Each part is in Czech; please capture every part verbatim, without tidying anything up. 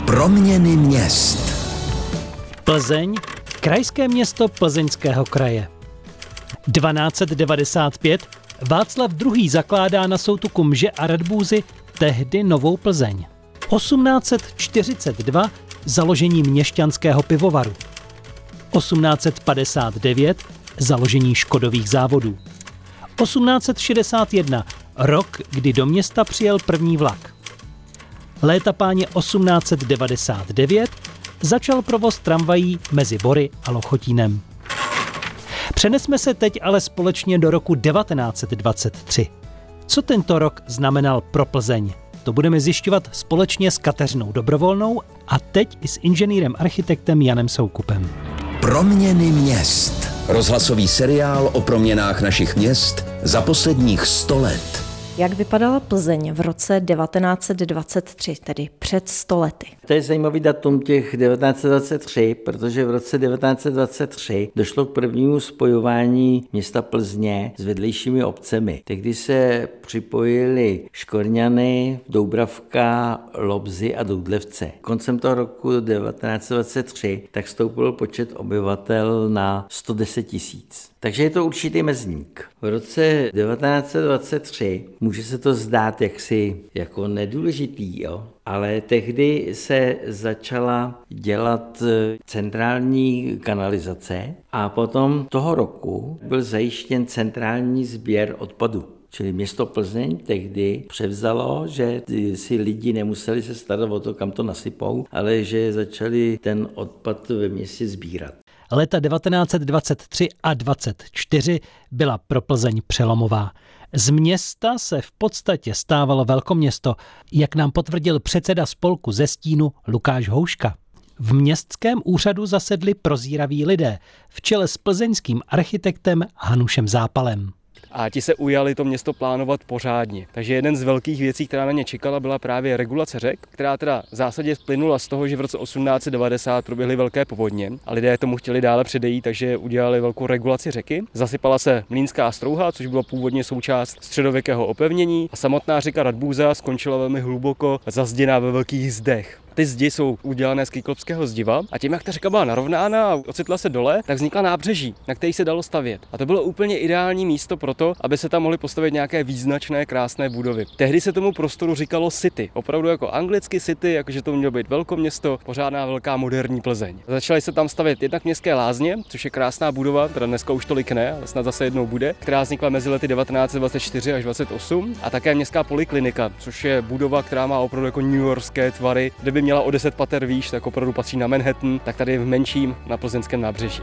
Proměny měst. Plzeň, krajské město Plzeňského kraje. dvanáct devadesát pět Václav druhý. zakládá na soutoku Mže a Radbůzy tehdy Novou Plzeň. osmnáct čtyřicet dva založení měšťanského pivovaru. osmnáct padesát devět založení Škodových závodů. osmnáct šedesát jedna rok, kdy do města přijel první vlak. Léta páně osmnáct devadesát devět začal provoz tramvají mezi Bory a Lochotínem. Přenesme se teď ale společně do roku devatenáct dvacet tři. Co tento rok znamenal pro Plzeň? To budeme zjišťovat společně s Kateřinou Dobrovolnou a teď i s inženýrem architektem Janem Soukupem. Proměny měst. Rozhlasový seriál o proměnách našich měst za posledních sto let. Jak vypadala Plzeň v roce devatenáct dvacet tři, tedy před sto lety? To je zajímavý datum těch devatenáct dvacet tři, protože v roce devatenáct dvacet tři došlo k prvnímu spojování města Plzně s vedlejšími obcemi. Tehdy se připojili Škorňany, Doubravka, Lobzy a Doudlevce. Koncem toho roku devatenáct dvacet tři tak stoupil počet obyvatel na sto deset tisíc. Takže je to určitý mezník. V roce devatenáct dvacet tři může se to zdát jaksi jako nedůležitý, jo? Ale tehdy se začala dělat centrální kanalizace a potom toho roku byl zajištěn centrální sběr odpadu. Čili město Plzeň tehdy převzalo, že si lidi nemuseli se starat o to, kam to nasypou, ale že začali ten odpad ve městě sbírat. Léta devatenáct dvacet tři a dvacet čtyři byla pro Plzeň přelomová. Z města se v podstatě stávalo velkoměsto, jak nám potvrdil předseda spolku Ze stínu Lukáš Houška. V městském úřadu zasedli prozíraví lidé v čele s plzeňským architektem Hanušem Zápalem. A ti se ujali to město plánovat pořádně. Takže jeden z velkých věcí, která na ně čekala, byla právě regulace řek, která teda v zásadě splynula z toho, že v roce osmnáct devadesát proběhly velké povodně a lidé tomu chtěli dále předejít, takže udělali velkou regulaci řeky. Zasypala se Mlýnská Strouha, což bylo původně součást středověkého opevnění, a samotná řeka Radbůza skončila velmi hluboko zazděná ve velkých zdech. Ty zdi jsou udělané z kyklopského zdiva a tím, jak ta řeka byla narovnána a ocitla se dole, tak vznikla nábřeží, na kterých se dalo stavět. A to bylo úplně ideální místo pro to, aby se tam mohly postavit nějaké význačné, krásné budovy. Tehdy se tomu prostoru říkalo city, opravdu jako anglicky city, jakože to mělo být velkoměsto, pořádná velká moderní Plzeň. Začaly se tam stavět jednak městské lázně, což je krásná budova, teda dneska už tolik ne, ale snad zase jednou bude, která vznikla mezi lety devatenáct dvacet čtyři až dvacet osm, a také městská poliklinika, což je budova, která má opravdu jako newyorské tvary, kde by měla o deset pater výš, tak opravdu patří na Manhattan, tak tady v menším na plzeňském nábřeží.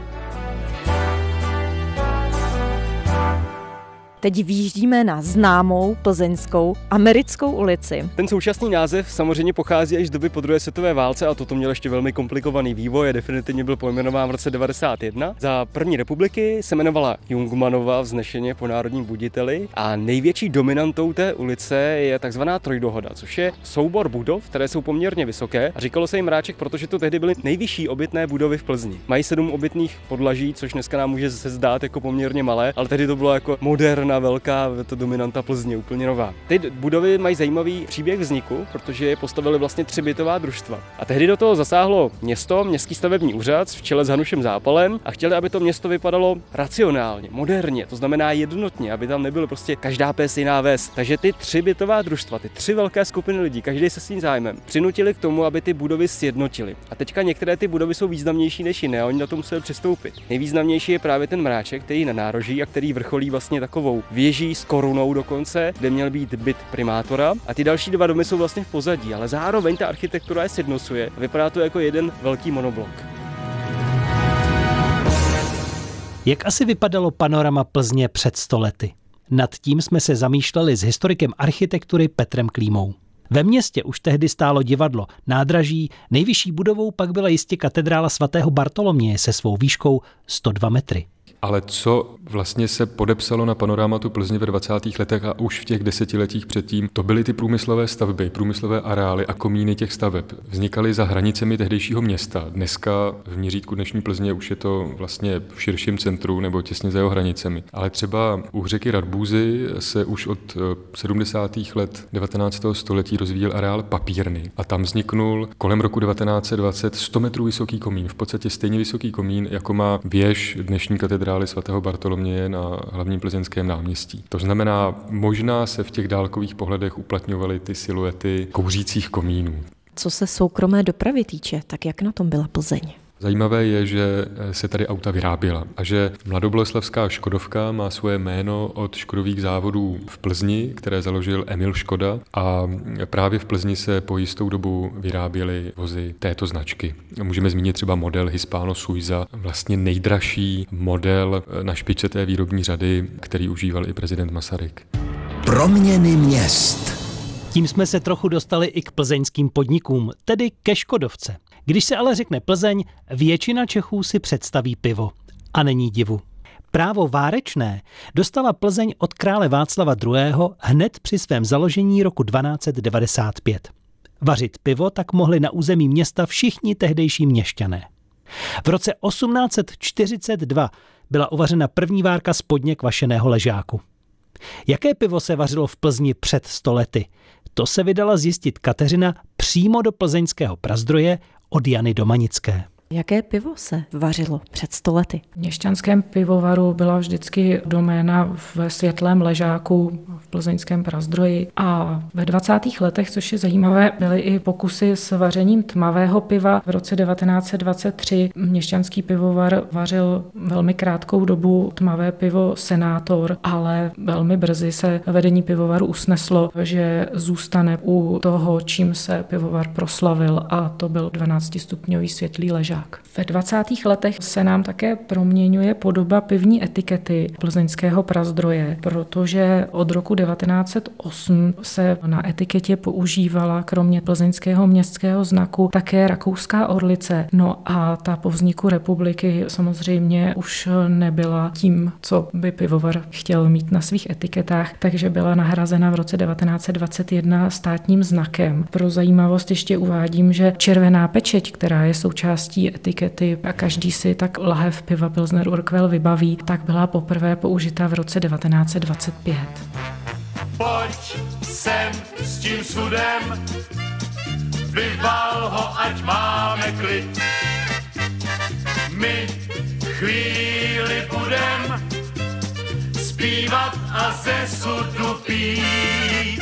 Teď výjíždíme na známou plzeňskou Americkou ulici. Ten současný název samozřejmě pochází až z doby po druhé světové válce a toto měl ještě velmi komplikovaný vývoj a definitivně byl pojmenován v roce devadesát jedna. Za první republiky se jmenovala Jungmannova vznešeně po národním buditeli a největší dominantou té ulice je takzvaná Trojdohoda, což je soubor budov, které jsou poměrně vysoké, a říkalo se jim Mráček, protože to tehdy byly nejvyšší obytné budovy v Plzni. Mají sedm obytných podlaží, což dneska nám může se zdát jako poměrně malé, ale tehdy to bylo jako moderna velká to dominanta Plzně, úplně nová. Ty budovy mají zajímavý příběh vzniku, protože je postavili vlastně tři bytová družstva. A tehdy do toho zasáhlo město, městský stavební úřad v čele s Hanušem Zápalem a chtěli, aby to město vypadalo racionálně, moderně, to znamená jednotně, aby tam nebylo prostě každá pes jiná ves. Takže ty tři bytová družstva, ty tři velké skupiny lidí, každý se svým zájmem, přinutili k tomu, aby ty budovy sjednotili. A teďka některé ty budovy jsou významnější než jiné a oni na to museli přistoupit. Nejvýznamnější je právě ten Mráček, který je na nároží a který vrcholí vlastně takovou věží s korunou dokonce, kde měl být byt primátora, a ty další dva domy jsou vlastně v pozadí, ale zároveň ta architektura je sjednocuje a vypadá to jako jeden velký monoblok. Jak asi vypadalo panorama Plzně před sto lety? Nad tím jsme se zamýšleli s historikem architektury Petrem Klímou. Ve městě už tehdy stálo divadlo, nádraží, nejvyšší budovou pak byla jistě katedrála svatého Bartoloměje se svou výškou sto dva metry. Ale co vlastně se podepsalo na panorámatu Plzně ve dvacátých letech a už v těch desetiletích předtím, to byly ty průmyslové stavby, průmyslové areály a komíny těch staveb. Vznikaly za hranicemi tehdejšího města. Dneska v měřítku dnešní Plzně už je to vlastně v širším centru nebo těsně za jeho hranicemi. Ale třeba u řeky Radbůzy se už od sedmdesátých let devatenáctého století rozvíjel areál papírny a tam vzniknul kolem roku devatenáct set dvacet sto metrů vysoký komín, v podstatě stejně vysoký komín, jako má věž dnešní katedrály svatého Bartoloměje na hlavním plzeňském náměstí. To znamená, možná se v těch dálkových pohledech uplatňovaly ty siluety kouřících komínů. Co se soukromé dopravy týče, tak jak na tom byla Plzeň? Zajímavé je, že se tady auta vyráběla a že mladoboleslavská Škodovka má svoje jméno od škodových závodů v Plzni, které založil Emil Škoda, a právě v Plzni se po jistou dobu vyráběly vozy této značky. Můžeme zmínit třeba model Hispano Suiza, vlastně nejdražší model na špičce té výrobní řady, který užíval i prezident Masaryk. Proměny měst. Tím jsme se trochu dostali i k plzeňským podnikům, tedy ke Škodovce. Když se ale řekne Plzeň, většina Čechů si představí pivo. A není divu. Právo várečné dostala Plzeň od krále Václava druhého. hned při svém založení roku dvanáct set devadesát pět. Vařit pivo tak mohli na území města všichni tehdejší měšťané. V roce osmnáct set čtyřicet dva byla uvařena první várka z podně kvašeného ležáku. Jaké pivo se vařilo v Plzni před sto lety? To se vydala zjistit Kateřina přímo do plzeňského prazdroje od Jany Domanické. Jaké pivo se vařilo před sto lety? V měšťanském pivovaru byla vždycky doména ve Světlém ležáku v plzeňském prazdroji a ve dvacátých letech, což je zajímavé, byly i pokusy s vařením tmavého piva. V roce devatenáct set dvacet tři měšťanský pivovar vařil velmi krátkou dobu tmavé pivo Senátor, ale velmi brzy se vedení pivovaru usneslo, že zůstane u toho, čím se pivovar proslavil, a to byl dvanáctistupňový světlý ležák. Ve dvacátých letech se nám také proměňuje podoba pivní etikety plzeňského prazdroje, protože od roku devatenáct set osm se na etiketě používala kromě plzeňského městského znaku také rakouská orlice. No a ta po vzniku republiky samozřejmě už nebyla tím, co by pivovar chtěl mít na svých etiketách, takže byla nahrazena v roce devatenáct set dvacet jedna státním znakem. Pro zajímavost ještě uvádím, že červená pečeť, která je součástí etikety a každý si tak lahev piva Pilsner Urquell vybaví, tak byla poprvé použita v roce devatenáct set dvacet pět. Pojď sem s tím sudem, vyval ho, ať máme klid. My chvíli budem zpívat a ze sudu pít.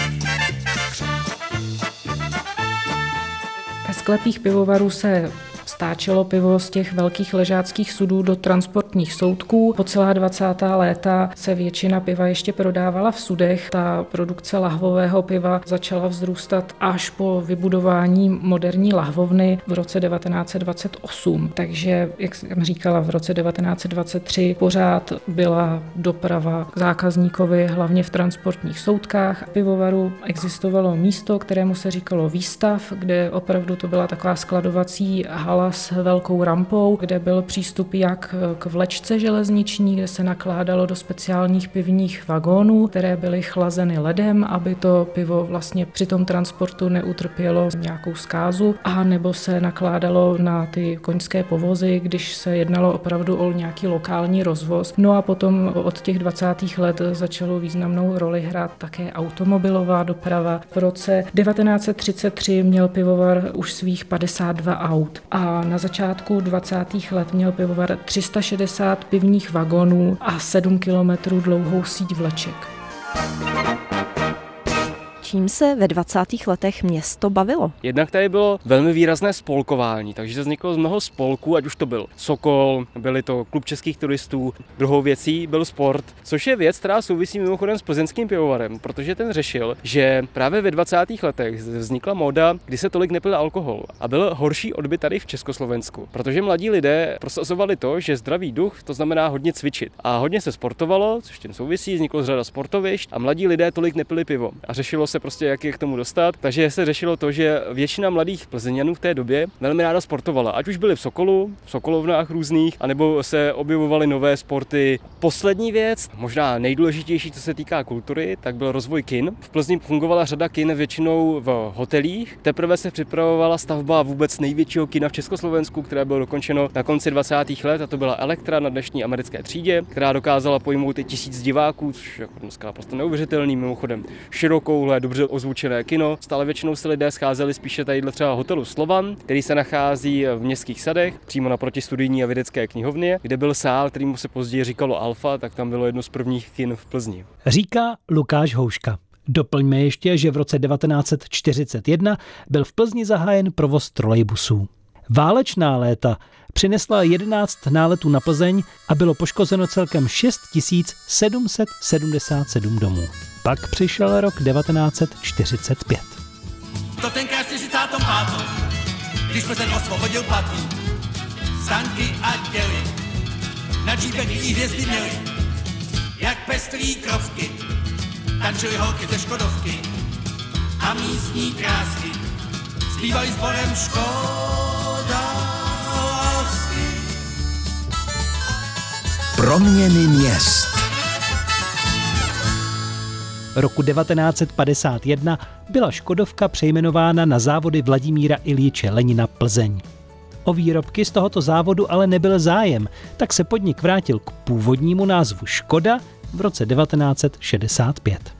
Ve sklepích pivovarů se stáčelo pivo z těch velkých ležáckých sudů do transportních soudků. Po celá dvacátá léta se většina piva ještě prodávala v sudech. Ta produkce lahvového piva začala vzrůstat až po vybudování moderní lahvovny v roce devatenáct set dvacet osm. Takže, jak jsem říkala, v roce devatenáct set dvacet tři pořád byla doprava k zákazníkovi hlavně v transportních soudkách. V pivovaru existovalo místo, kterému se říkalo výstav, kde opravdu to byla taková skladovací hala s velkou rampou, kde byl přístup jak k vlečce železniční, kde se nakládalo do speciálních pivních vagónů, které byly chlazeny ledem, aby to pivo vlastně při tom transportu neutrpělo nějakou zkázu, a nebo se nakládalo na ty koňské povozy, když se jednalo opravdu o nějaký lokální rozvoz. No a potom od těch dvacátých let začalo významnou roli hrát také automobilová doprava. V roce devatenáct set třicet tři měl pivovar už svých padesát dva aut a na začátku dvacátých let měl pivovar tři sta šedesát pivních vagónů a sedm kilometrů dlouhou síť vleček. Čím se ve dvacátých letech město bavilo? Jednak tady bylo velmi výrazné spolkování, takže vzniklo z mnoho spolků, ať už to byl Sokol, byly to klub českých turistů. Druhou věcí byl sport, což je věc, která souvisí mimochodem s plzeňským pivovarem, protože ten řešil, že právě ve dvacátých letech vznikla móda, kdy se tolik nepil alkohol a byl horší odbyt tady v Československu, protože mladí lidé prosazovali to, že zdravý duch, to znamená hodně cvičit. A hodně se sportovalo, což tím souvisí, vzniklo řada sportovišť a mladí lidé tolik nepili pivo. A řešilo se prostě jak je k tomu dostat. Takže se řešilo to, že většina mladých Plzeňanů v té době velmi ráda sportovala. Ať už byli v Sokolu, v Sokolovnách různých, anebo se objevovaly nové sporty. Poslední věc, možná nejdůležitější, co se týká kultury, tak byl rozvoj kin. V Plzni fungovala řada kin většinou v hotelích. Teprve se připravovala stavba vůbec největšího kina v Československu, které bylo dokončeno na konci dvacátých let, a to byla Elektra na dnešní americké třídě, která dokázala pojmout i tisíc diváků, což jako dneska prostě neuvěřitelný, mimochodem širokouhlé, dobře ozvučené kino. Stále většinou se lidé scházeli spíše tadyhle třeba hotelu Slovan, který se nachází v Městských sadech, přímo naproti studijní a vědecké knihovně, kde byl sál, kterýmu se později říkalo Alfa, tak tam bylo jedno z prvních kin v Plzni. Říká Lukáš Houška. Doplňme ještě, že v roce devatenáct set čtyřicet jedna byl v Plzni zahájen provoz trolejbusů. Válečná léta přinesla jedenáct náletů na Plzeň a bylo poškozeno celkem šest tisíc sedm set sedmdesát sedm domů. Pak přišel rok devatenáct set čtyřicet pět. To tenkrát čtyřicátém pátém, když Plzeň osvobodil Platný, stanky a děly, na džípech jí hvězdy měli, jak pestrý krovky, tančily holky ze Škodovky a místní krásky zpívali sborem Škodovsky. Proměny měst. Roku devatenáct set padesát jedna byla Škodovka přejmenována na závody Vladimíra Iljiče Lenina Plzeň. O výrobky z tohoto závodu ale nebyl zájem, tak se podnik vrátil k původnímu názvu Škoda v roce devatenáct set šedesát pět.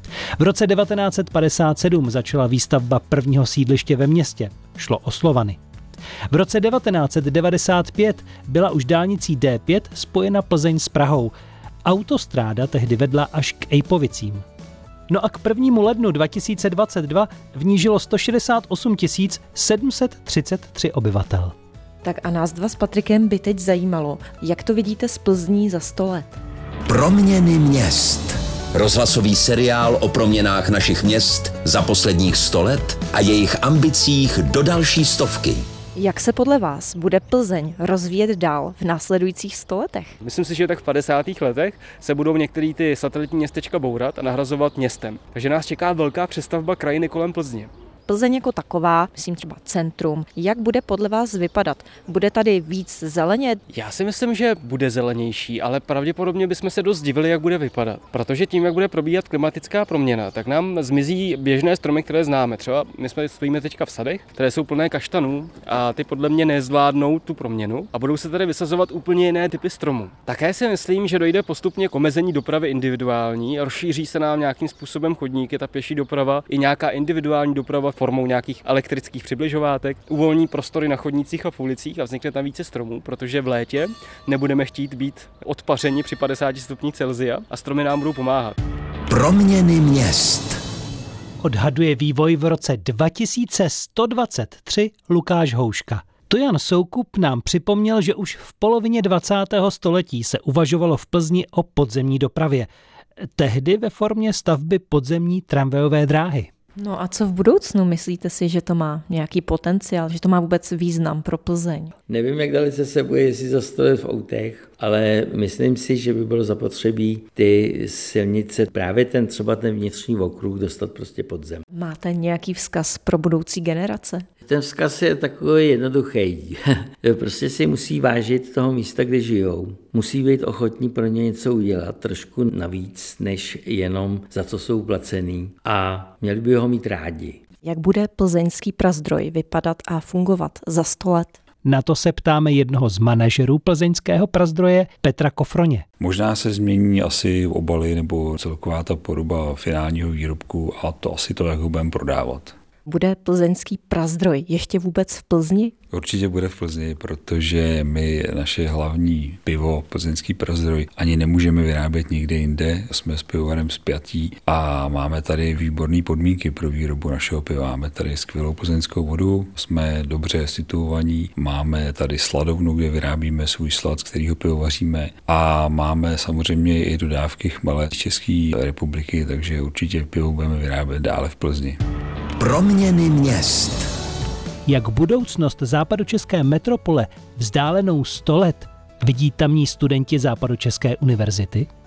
V roce devatenáct set padesát sedm začala výstavba prvního sídliště ve městě. Šlo o Slovany. V roce devatenáct set devadesát pět byla už dálnicí D pět spojena Plzeň s Prahou. Autostráda tehdy vedla až k Ejpovicím. No a k prvnímu lednu dva tisíce dvacet dva v ní žilo sto šedesát osm tisíc sedm set třicet tři obyvatel. Tak a nás dva s Patrikem by teď zajímalo, jak to vidíte z Plzní za sto let? Proměny měst. Rozhlasový seriál o proměnách našich měst za posledních sto let a jejich ambicích do další stovky. Jak se podle vás bude Plzeň rozvíjet dál v následujících sto letech? Myslím si, že tak v padesátých letech se budou některé ty satelitní městečka bourat a nahrazovat městem. Takže nás čeká velká přestavba krajiny kolem Plzně. Plzeň jako taková, myslím třeba centrum, jak bude podle vás vypadat? Bude tady víc zeleně? Já si myslím, že bude zelenější, ale pravděpodobně bychom se dost divili, jak bude vypadat. Protože tím, jak bude probíhat klimatická proměna, tak nám zmizí běžné stromy, které známe. Třeba my jsme stojíme teďka v sadech, které jsou plné kaštanů a ty podle mě nezvládnou tu proměnu a budou se tady vysazovat úplně jiné typy stromů. Také si myslím, že dojde postupně k omezení dopravy individuální, rozšíří se nám nějakým způsobem chodníky, ta pěší doprava i nějaká individuální doprava formou nějakých elektrických přibližovátek, uvolní prostory na chodnících a v ulicích a vznikne tam více stromů, protože v létě nebudeme chtít být odpařeni při padesáti stupních Celsia a stromy nám budou pomáhat. Proměny měst. Odhaduje vývoj v roce dva tisíce sto dvacet tři Lukáš Houška. To Jan Soukup nám připomněl, že už v polovině dvacátého století se uvažovalo v Plzni o podzemní dopravě. Tehdy ve formě stavby podzemní tramvajové dráhy. No a co v budoucnu? Myslíte si, že to má nějaký potenciál, že to má vůbec význam pro Plzeň? Nevím, jak dalece se bude jezdit za sto let v autech, ale myslím si, že by bylo zapotřebí ty silnice, právě ten třeba ten vnitřní okruh dostat prostě pod zem. Máte nějaký vzkaz pro budoucí generace? Ten vzkaz je takový jednoduchý. Prostě si musí vážit toho místa, kde žijou. Musí být ochotní pro ně něco udělat, trošku navíc, než jenom za co jsou placený. A měli by ho mít rádi. Jak bude plzeňský Prazdroj vypadat a fungovat za sto let? Na to se ptáme jednoho z manažerů plzeňského Prazdroje, Petra Kofroně. Možná se změní asi obaly nebo celková ta podoba finálního výrobku a to asi to, jak ho budeme prodávat. Bude plzeňský Prazdroj ještě vůbec v Plzni? Určitě bude v Plzni, protože my naše hlavní pivo, plzeňský Prazdroj, ani nemůžeme vyrábět nikde jinde. Jsme s pivovarem spjatí a máme tady výborné podmínky pro výrobu našeho piva. Máme tady skvělou plzeňskou vodu, jsme dobře situovaní, máme tady sladovnu, kde vyrábíme svůj slad, z kterého pivo vaříme a máme samozřejmě i dodávky chmele z České republiky, takže určitě pivo budeme vyrábět dále v Plzni. Proměny měst. Jak budoucnost západočeské metropole vzdálenou sto let vidí tamní studenti Západočeské univerzity?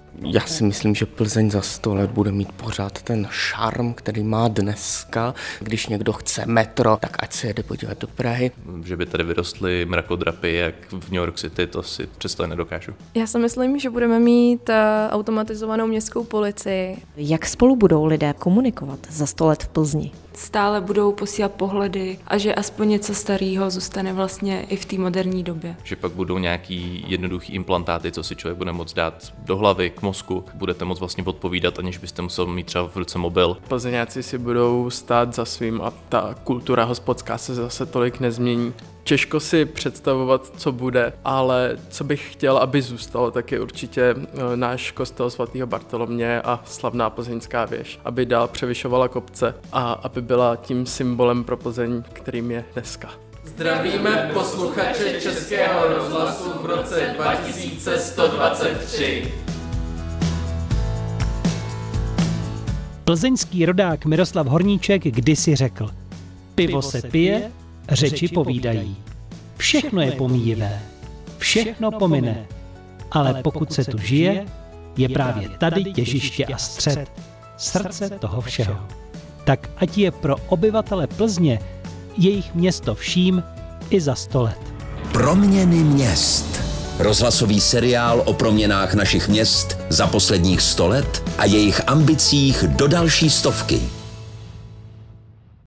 Já si myslím, že Plzeň za sto let bude mít pořád ten šarm, který má dneska. Když někdo chce metro, tak ať se jede podívat do Prahy. Že by tady vyrostly mrakodrapy, jak v New York City, to si představit nedokážu. Já si myslím, že budeme mít uh, automatizovanou městskou policii. Jak spolu budou lidé komunikovat za sto let v Plzni? Stále budou posílat pohledy a že aspoň něco starého zůstane vlastně i v té moderní době. Že pak budou nějaký jednoduchý implantáty, co si člověk bude moct dát do hlavy, k mozku. Budete moct vlastně odpovídat, aniž byste musel mít třeba v ruce mobil. Plzeňáci si budou stát za svým a ta kultura hospodská se zase tolik nezmění. Těžko si představovat, co bude, ale co bych chtěl, aby zůstalo, tak je určitě náš kostel svatého Bartoloměje a slavná plzeňská věž, aby dál převyšovala kopce a aby byla tím symbolem pro Plzeň, kterým je dneska. Zdravíme posluchače Českého rozhlasu v roce dva tisíce sto dvacet tři. Plzeňský rodák Miroslav Horníček kdysi řekl: pivo se pije, řeči povídají. Všechno je pomíjivé, všechno pomine, ale pokud se tu žije, je právě tady těžiště a střed, srdce toho všeho. Tak ať je pro obyvatele Plzně jejich město vším i za sto let. Proměny měst. Rozhlasový seriál o proměnách našich měst za posledních sto let a jejich ambicích do další stovky.